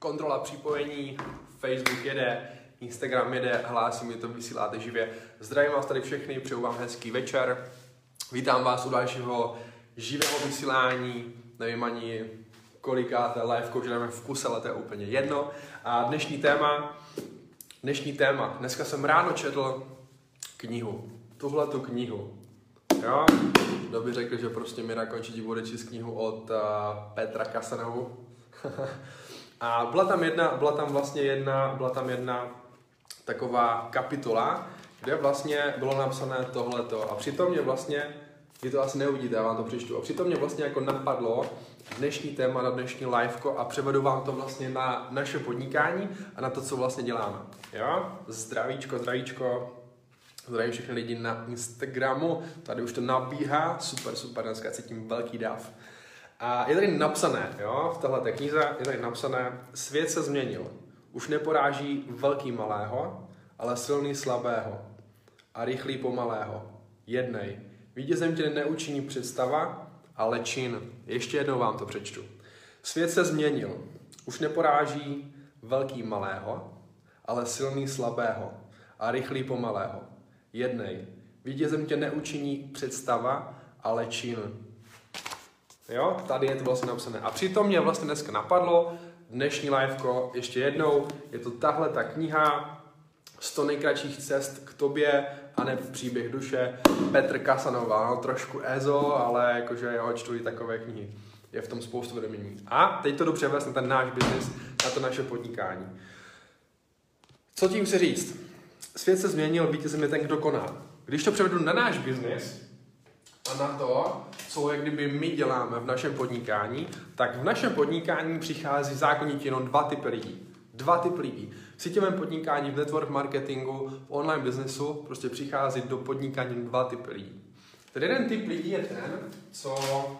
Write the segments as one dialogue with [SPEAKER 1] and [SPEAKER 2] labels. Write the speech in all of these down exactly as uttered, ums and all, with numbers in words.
[SPEAKER 1] kontrola připojení, Facebook jede, Instagram jede, hlásí mi to, vysíláte živě. Zdravím vás tady všechny, přeju vám hezký večer. Vítám vás u dalšího živého vysílání, nevím ani kolikáté live, že jdeme v kuse, ale to je úplně jedno. A dnešní téma, dnešní téma, dneska jsem ráno četl knihu, tuhletu knihu. Jo? Kdo by řekl, že prostě Mira Končití bude číst knihu od uh, Petra Kasanovu. A byla tam jedna, byla tam vlastně jedna, byla tam jedna taková kapitola, kde vlastně bylo napsané tohleto. A přitom mě vlastně, vy to asi neuvidíte, já vám to přečtu, a přitom mě vlastně jako napadlo dnešní téma na dnešní liveko a převedu vám to vlastně na naše podnikání a na to, co vlastně děláme. Jo? Zdravíčko, zdravíčko. Zdravím všechny lidi na Instagramu, tady už to nabíhá, super, super, dneska cítím velký dav. A je tady napsané, jo, v téhleté knize je tady napsané, svět se změnil, už neporáží velký malého, ale silný slabého a rychlý pomalého. Jednej, vítězem tě neučiní představa, ale čin. Ještě jednou vám to přečtu. Svět se změnil, už neporáží velký malého, ale silný slabého a rychlý pomalého. Jednej. Vítězem tě neučiní představa, ale čin. Jo, tady je to vlastně napsané. A přitom mě vlastně dneska napadlo, dnešní liveko, ještě jednou, je to tahle ta kniha sto nejkratších cest k tobě a ne příběh duše, Petr Kasanova, no, trošku ezo, ale jakože já čtu i takové knihy. Je v tom spoustu vědomí. A teď to jdu převést na ten náš biznis, na to naše podnikání. Co tím chci říct? Svět se změnil, vítězem je ten, kdo koná. Když to převedu na náš biznis a na to, co jak kdyby my děláme v našem podnikání, tak v našem podnikání přichází zákonitě jenom dva typy lidí. Dva typy lidí. V síťovém podnikání, v network marketingu, v online biznesu prostě přichází do podnikání dva typy lidí. Ten jeden typ lidí je ten, co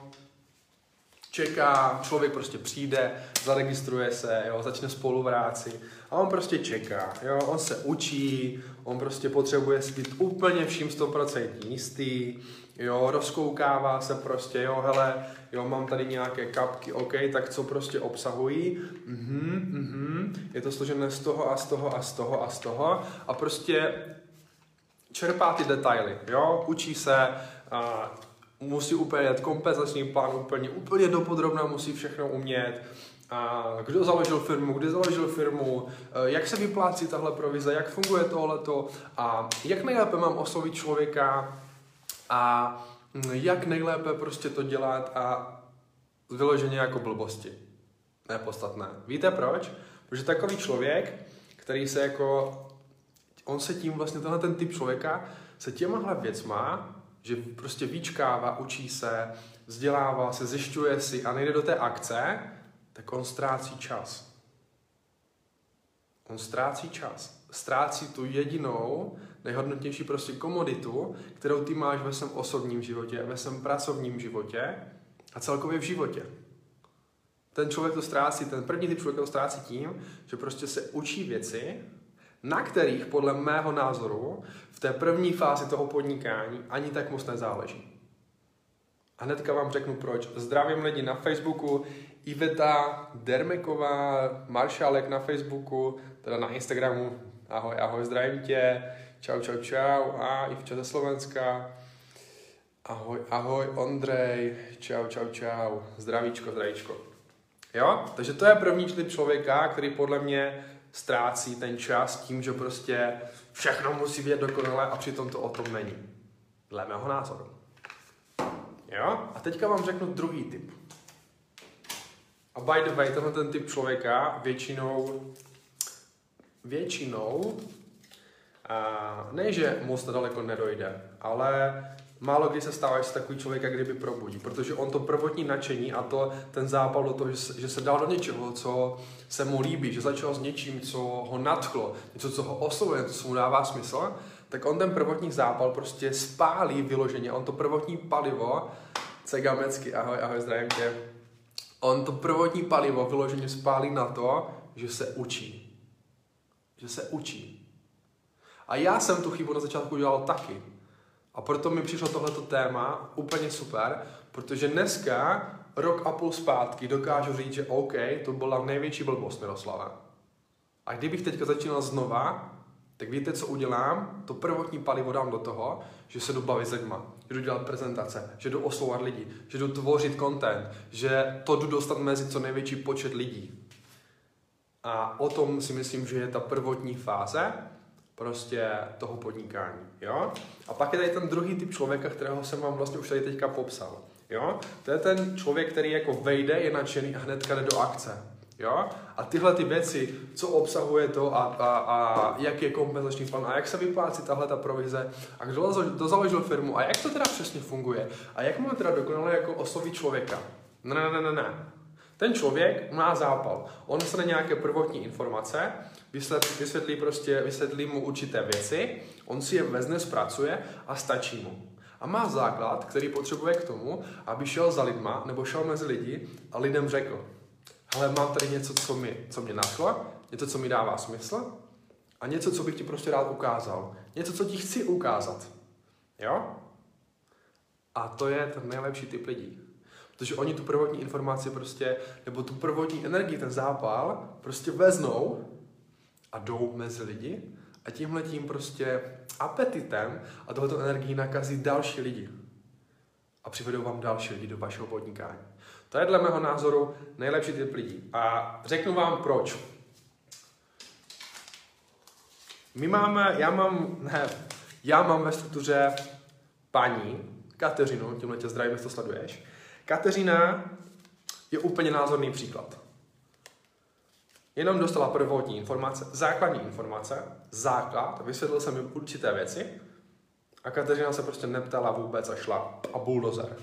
[SPEAKER 1] čeká, člověk prostě přijde, zaregistruje se, jo, začne spolupráci a on prostě čeká, jo, on se učí, on prostě potřebuje si být úplně vším sto procent jistý, jo, rozkoukává se prostě, jo, hele, jo, mám tady nějaké kapky, OK, tak co prostě obsahují, mhm, mhm, je to složené z toho a z toho a z toho a z toho a prostě čerpá ty detaily, jo, učí se a musí úplně jet kompenzační plán úplně, úplně dopodrobna, musí všechno umět. A kdo založil firmu, kdy založil firmu, jak se vyplácí tahle provize, jak funguje tohleto a jak nejlépe mám oslovit člověka a jak nejlépe prostě to dělat a vyloženě jako blbosti. Nepodstatné. Víte proč? Protože takový člověk, který se jako, on se tím vlastně, tenhle ten typ člověka se těmahle věcma, že prostě vyčkává, učí se, vzdělává se, zjišťuje si a nejde do té akce, tak on ztrácí čas. On ztrácí čas. Ztrácí tu jedinou, nejhodnotnější prostě komoditu, kterou ty máš ve svém osobním životě, ve svém pracovním životě a celkově v životě. Ten člověk to ztrácí, ten první typ člověka to ztrácí tím, že prostě se učí věci, na kterých podle mého názoru v té první fázi toho podnikání ani tak moc nezáleží. A hnedka vám řeknu proč. Zdravím lidi na Facebooku, Iveta Dermeková, Maršálek na Facebooku, teda na Instagramu. Ahoj, ahoj, zdravím tě. Čau, čau, čau. A Ivča ze Slovenska. Ahoj, ahoj, Ondrej. Čau, čau, čau. Zdravíčko, zdravíčko. Jo? Takže to je první typ člověka, který podle mě ztrácí ten čas tím, že prostě všechno musí být dokonale a přitom to o tom není. Dle mého názoru. Jo? A teďka vám řeknu druhý typ. A by the way, tenhle ten typ člověka většinou většinou a ne, že moc daleko nedojde, ale málo kdy se stává, že se takový člověk jak kdyby probudí, protože on to prvotní nadšení a to, ten zápal do toho, že se, že se dal do něčeho, co se mu líbí, že začal s něčím, co ho nadchlo, něco, co ho oslovuje, něco, co mu dává smysl, tak on ten prvotní zápal prostě spálí vyloženě, on to prvotní palivo, Cegamecky, ahoj, ahoj, zdravím tě, on to prvotní palivo vyloženě spálí na to, že se učí. Že se učí. A já jsem tu chybu na začátku dělal taky. A proto mi přišlo tohleto téma úplně super, protože dneska rok a půl zpátky dokážu říct, že OK, to byla největší blbost Miroslava. A kdybych teďka začínal znova, tak víte, co udělám? To prvotní palivo dám do toho, že se jdu bavit s lidma, že jdu dělat prezentace, že jdu oslovovat lidi, že jdu tvořit content, že to jdu dostat mezi co největší počet lidí. A o tom si myslím, že je ta prvotní fáze prostě toho podnikání, jo? A pak je tady ten druhý typ člověka, kterého jsem vám vlastně už tady teďka popsal, jo? To je ten člověk, který jako vejde, je nadšený a hnedka jde do akce, jo? A tyhle ty věci, co obsahuje to a, a, a jak je kompenzační plán a jak se vyplácí tahle ta provize a kdo, kdo založil firmu a jak to teda přesně funguje a jak máme teda dokonale jako oslovit člověka. Ne, ne, ne, ne, ne. Ten člověk má zápal. On dostane nějaké prvotní informace, vysvětlí, prostě, vysvětlí mu určité věci, on si je vezme, zpracuje a stačí mu. A má základ, který potřebuje k tomu, aby šel za lidma nebo šel mezi lidi a lidem řekl: hele, mám tady něco, co, mi, co mě nadchlo, něco, co mi dává smysl a něco, co bych ti prostě rád ukázal. Něco, co ti chci ukázat. Jo? A to je ten nejlepší typ lidí. Protože oni tu prvotní informaci prostě, nebo tu prvotní energii, ten zápal, prostě veznou a jdou mezi lidi a tímhletím prostě apetitem a tohleto energii nakazí další lidi. A přivedou vám další lidi do vašeho podnikání. To je dle mého názoru nejlepší typ lidí. A řeknu vám proč. My máme, já mám, ne, já mám ve struktuře paní Kateřinu, tímhle tě zdravím, jestli to sleduješ. Kateřina je úplně názorný příklad. Jenom dostala prvotní informace, základní informace, základ, vysvětlil jsem jim určité věci a Kateřina se prostě neptala vůbec a šla a buldozer.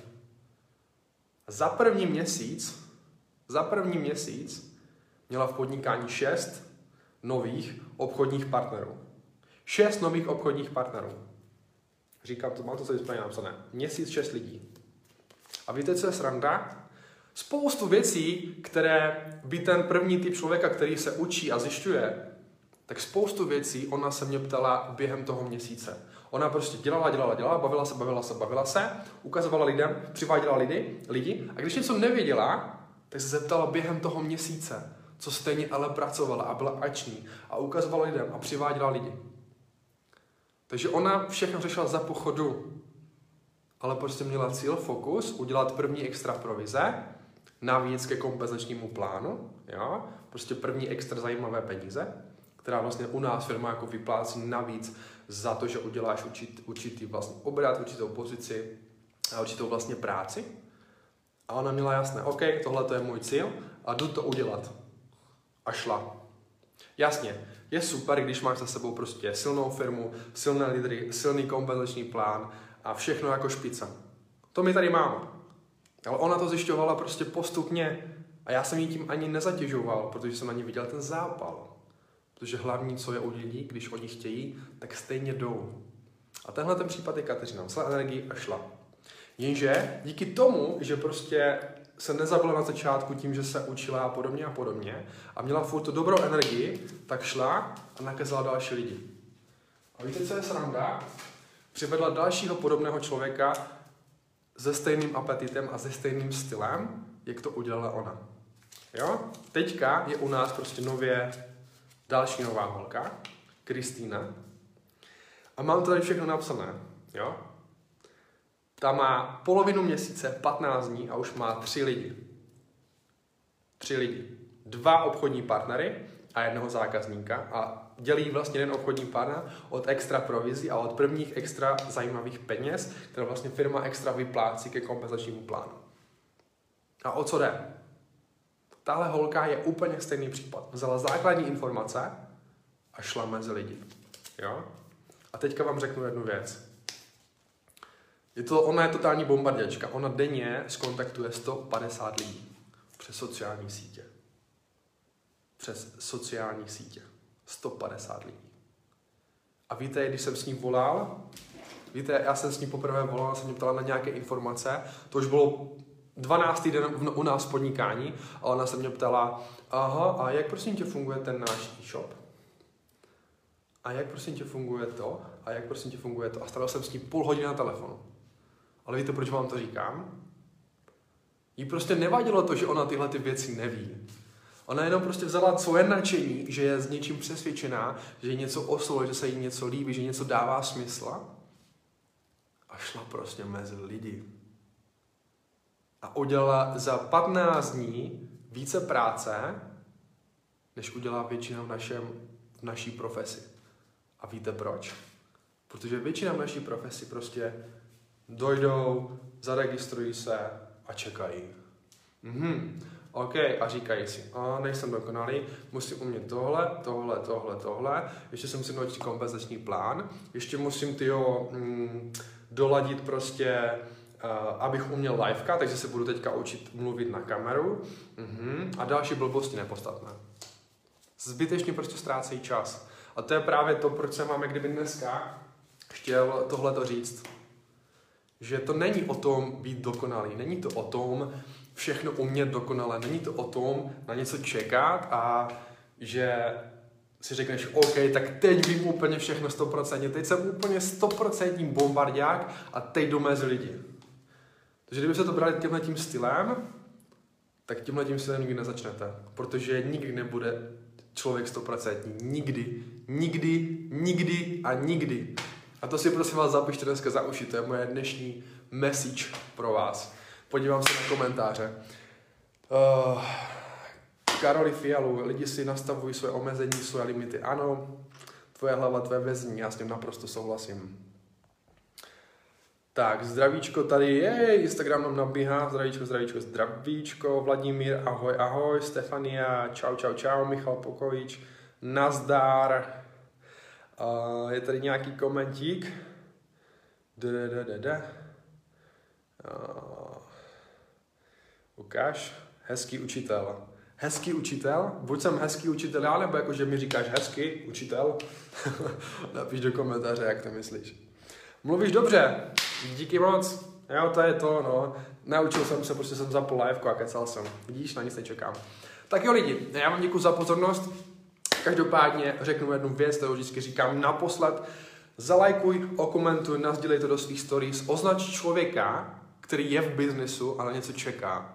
[SPEAKER 1] Za první měsíc, za první měsíc měla v podnikání šest nových obchodních partnerů. Šest nových obchodních partnerů. Říkám to, mám to tady správně napsané. Měsíc šest lidí. A víte, co je sranda? Spoustu věcí, které by ten první typ člověka, který se učí a zjišťuje, tak spoustu věcí ona se mě ptala během toho měsíce. Ona prostě dělala, dělala, dělala, bavila se, bavila se, bavila se, ukazovala lidem, přiváděla lidi, lidi a když něco nevěděla, tak se zeptala během toho měsíce, co stejně ale pracovala a byla akční a ukazovala lidem a přiváděla lidi. Takže ona všechno řešila za pochodu, ale prostě měla cíl, fokus, udělat první extra provize, navíc ke kompenzačnímu plánu, jo? Prostě první extra zajímavé peníze, která vlastně u nás firma jako vyplácí navíc za to, že uděláš určit, určitý vlastně obrat, určitou pozici a určitou vlastně práci. A ona měla jasné, OK, tohle to je můj cíl a jdu to udělat. A šla. Jasně, je super, když máš za sebou prostě silnou firmu, silné lídry, silný kompenzační plán a všechno jako špica. To my tady máme. Ale ona to zjišťovala prostě postupně a já jsem jí tím ani nezatěžoval, protože jsem na ní viděl ten zápal. Protože hlavní, co je u lidí, když oni chtějí, tak stejně jdou. A tenhle ten případ je Kateřina. Vzala energii a šla. Jenže díky tomu, že prostě se nezabila na začátku tím, že se učila a podobně a podobně a měla furt tu dobrou energii, tak šla a nakazila další lidi. A víte, co je sranda? Přivedla dalšího podobného člověka se stejným apetitem a se stejným stylem, jak to udělala ona. Jo? Teďka je u nás prostě nově další nová holka, Kristýna. A mám tady všechno napsané. Jo? Ta má polovinu měsíce, patnáct dní a už má tři lidi. Tři lidi. Dva obchodní partnery a jednoho zákazníka a dělí vlastně jeden obchodní partner od extra provizí a od prvních extra zajímavých peněz, které vlastně firma extra vyplácí ke kompenzačnímu plánu. A o co jde? Tahle holka je úplně stejný případ. Vzala základní informace a šla mezi lidi. Jo? A teďka vám řeknu jednu věc. Je to, ona je totální bombarděčka. Ona denně zkontaktuje sto padesát lidí přes sociální sítě. Přes sociální sítě. sto padesát lidí. A víte, když jsem s ní volal, víte, já jsem s ní poprvé volal, jsem mě ptala na nějaké informace, to už bylo dvanáctý den u nás v podnikání a ona se mě ptala, aha, a jak prosím tě funguje ten náš e-shop? A jak prosím tě funguje to? A jak prosím tě funguje to? A strávil jsem s ní půl hodiny na telefonu. Ale víte, proč vám to říkám? Jí prostě nevadilo to, že ona tyhle ty věci neví. Ona jenom prostě vzala svoje nadšení, že je s něčím přesvědčená, že jí něco oslovuje, že se jí něco líbí, že něco dává smysl a šla prostě mezi lidi. A udělala za patnáct dní více práce, než udělá většina v, našem, v naší profesi. A víte proč? Protože většina v naší profesi prostě dojdou, zaregistrují se a čekají. Mhm. OK, a říkají si, a nejsem dokonalý, musím umět tohle, tohle, tohle, tohle, ještě jsem si naučit kompenzační plán, ještě musím tyjo, mm, doladit prostě, uh, abych uměl liveka, takže se budu teďka učit mluvit na kameru, mhm. a další blbosti nepodstatné. Zbytečně prostě ztrácejí čas. A to je právě to, proč jsem vám, jak kdyby dneska chtěl tohleto říct. Že to není o tom být dokonalý, není to o tom všechno umět dokonale, není to o tom na něco čekat a že si řekneš, OK, tak teď vím úplně všechno sto procent, teď jsem úplně sto procent bombardák a teď jdu mezi lidi. Takže kdyby se to brali tímhletím stylem, tak tímhletím stylem nikdy nezačnete, protože nikdy nebude člověk sto procent. Nikdy, nikdy, nikdy a nikdy. A to si prosím vás zapište dneska za uši, to je moje dnešní message pro vás. Podívám se na komentáře. Uh, Karoli Fialu, lidi si nastavují své omezení, své limity. Ano, tvoje hlava, tvoje vězení, já s tím naprosto souhlasím. Tak, zdravíčko tady je, Instagram nám nabíhá, zdravíčko, zdravíčko, zdravíčko, Vladimír, ahoj, ahoj, Stefania, čau, čau, čau, Michal Pokovič, nazdar. Uh, je tady nějaký komentík. Da, da, da, da. Uh, ukáž. Hezký učitel. Hezký učitel? Buď jsem hezký učitel já, nebo jako, že mi říkáš hezký učitel? Napiš do komentáře, jak to myslíš. Mluvíš dobře. Díky moc. Jo, to je to, no. Naučil jsem se, prostě jsem zapl liveko a kecal jsem. Vidíš, na nic nečekám. Tak jo lidi, já vám děkuji za pozornost. Každopádně řeknu jednu věc, kterou vždycky říkám naposled. Zalajkuj, okomentuj, nasdílej to do svých stories. Označ člověka, který je v biznesu a na něco čeká.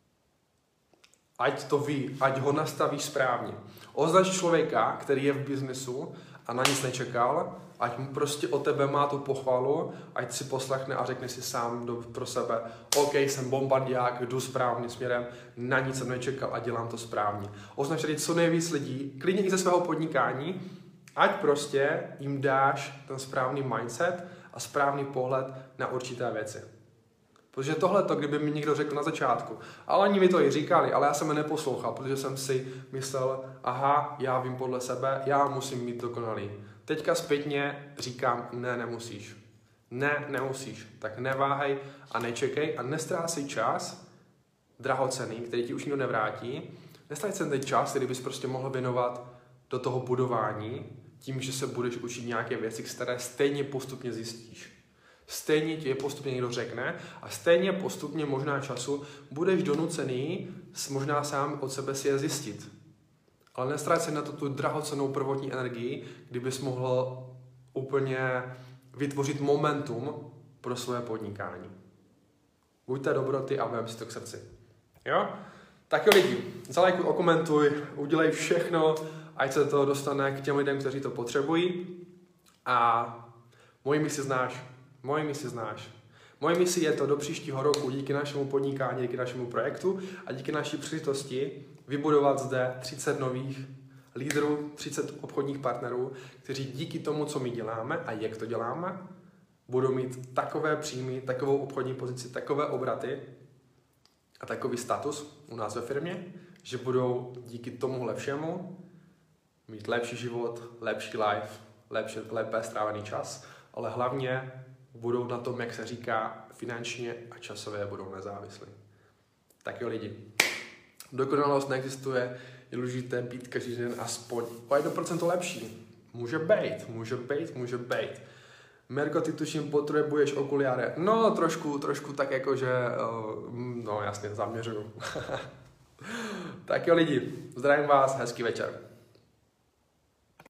[SPEAKER 1] Ať to ví, ať ho nastavíš správně. Označ člověka, který je v biznesu a na nic nečekal, ať mu prostě o tebe má tu pochvalu, ať si poslechne a řekne si sám do, pro sebe, OK, jsem bombardiák, jdu správným směrem, na nic jsem nečekal a dělám to správně. Označ tady co nejvíc lidí, klidně i ze svého podnikání, ať prostě jim dáš ten správný mindset a správný pohled na určité věci. Protože tohle to, kdyby mi někdo řekl na začátku, ale oni mi to i říkali, ale já jsem je neposlouchal, protože jsem si myslel, aha, já vím podle sebe, já musím mít dokonalý. Teďka zpětně říkám, ne, nemusíš. Ne, nemusíš. Tak neváhej a nečekej a nestrácej čas, drahocenný, který ti už nikdo nevrátí. Nestrácej ten čas, který bys prostě mohl věnovat do toho budování, tím, že se budeš učit nějaké věci, které stejně postupně zjistíš. Stejně ti je postupně někdo řekne a stejně postupně možná času budeš donucený možná sám od sebe si je zjistit. Ale nestrácej na to tu drahocennou prvotní energii, kdybys mohl úplně vytvořit momentum pro svoje podnikání. Buďte dobroty a vem si to k srdci. Jo? Tak jo lidi, zalajkuj, okomentuj, udělej všechno, ať se to dostane k těm lidem, kteří to potřebují. A moji misi znáš, moji misi znáš. Moje misi je to do příštího roku díky našemu podnikání, díky našemu projektu a díky naší příležitosti vybudovat zde třicet nových lídrů, třicet obchodních partnerů, kteří díky tomu, co my děláme a jak to děláme, budou mít takové příjmy, takovou obchodní pozici, takové obraty a takový status u nás ve firmě, že budou díky tomuhle všemu mít lepší život, lepší life, lepší, lépe strávený čas, ale hlavně budou na tom, jak se říká, finančně a časově budou nezávislí. Tak jo lidi, dokonalost neexistuje, je důležité být každý den aspoň o jedno procento lepší. Může být, může být, může být. Mirko, ty tuším potřebuješ okuliáry. No trošku, trošku tak jako, že, no jasně, zaměřuju. Tak jo lidi, zdravím vás, hezký večer.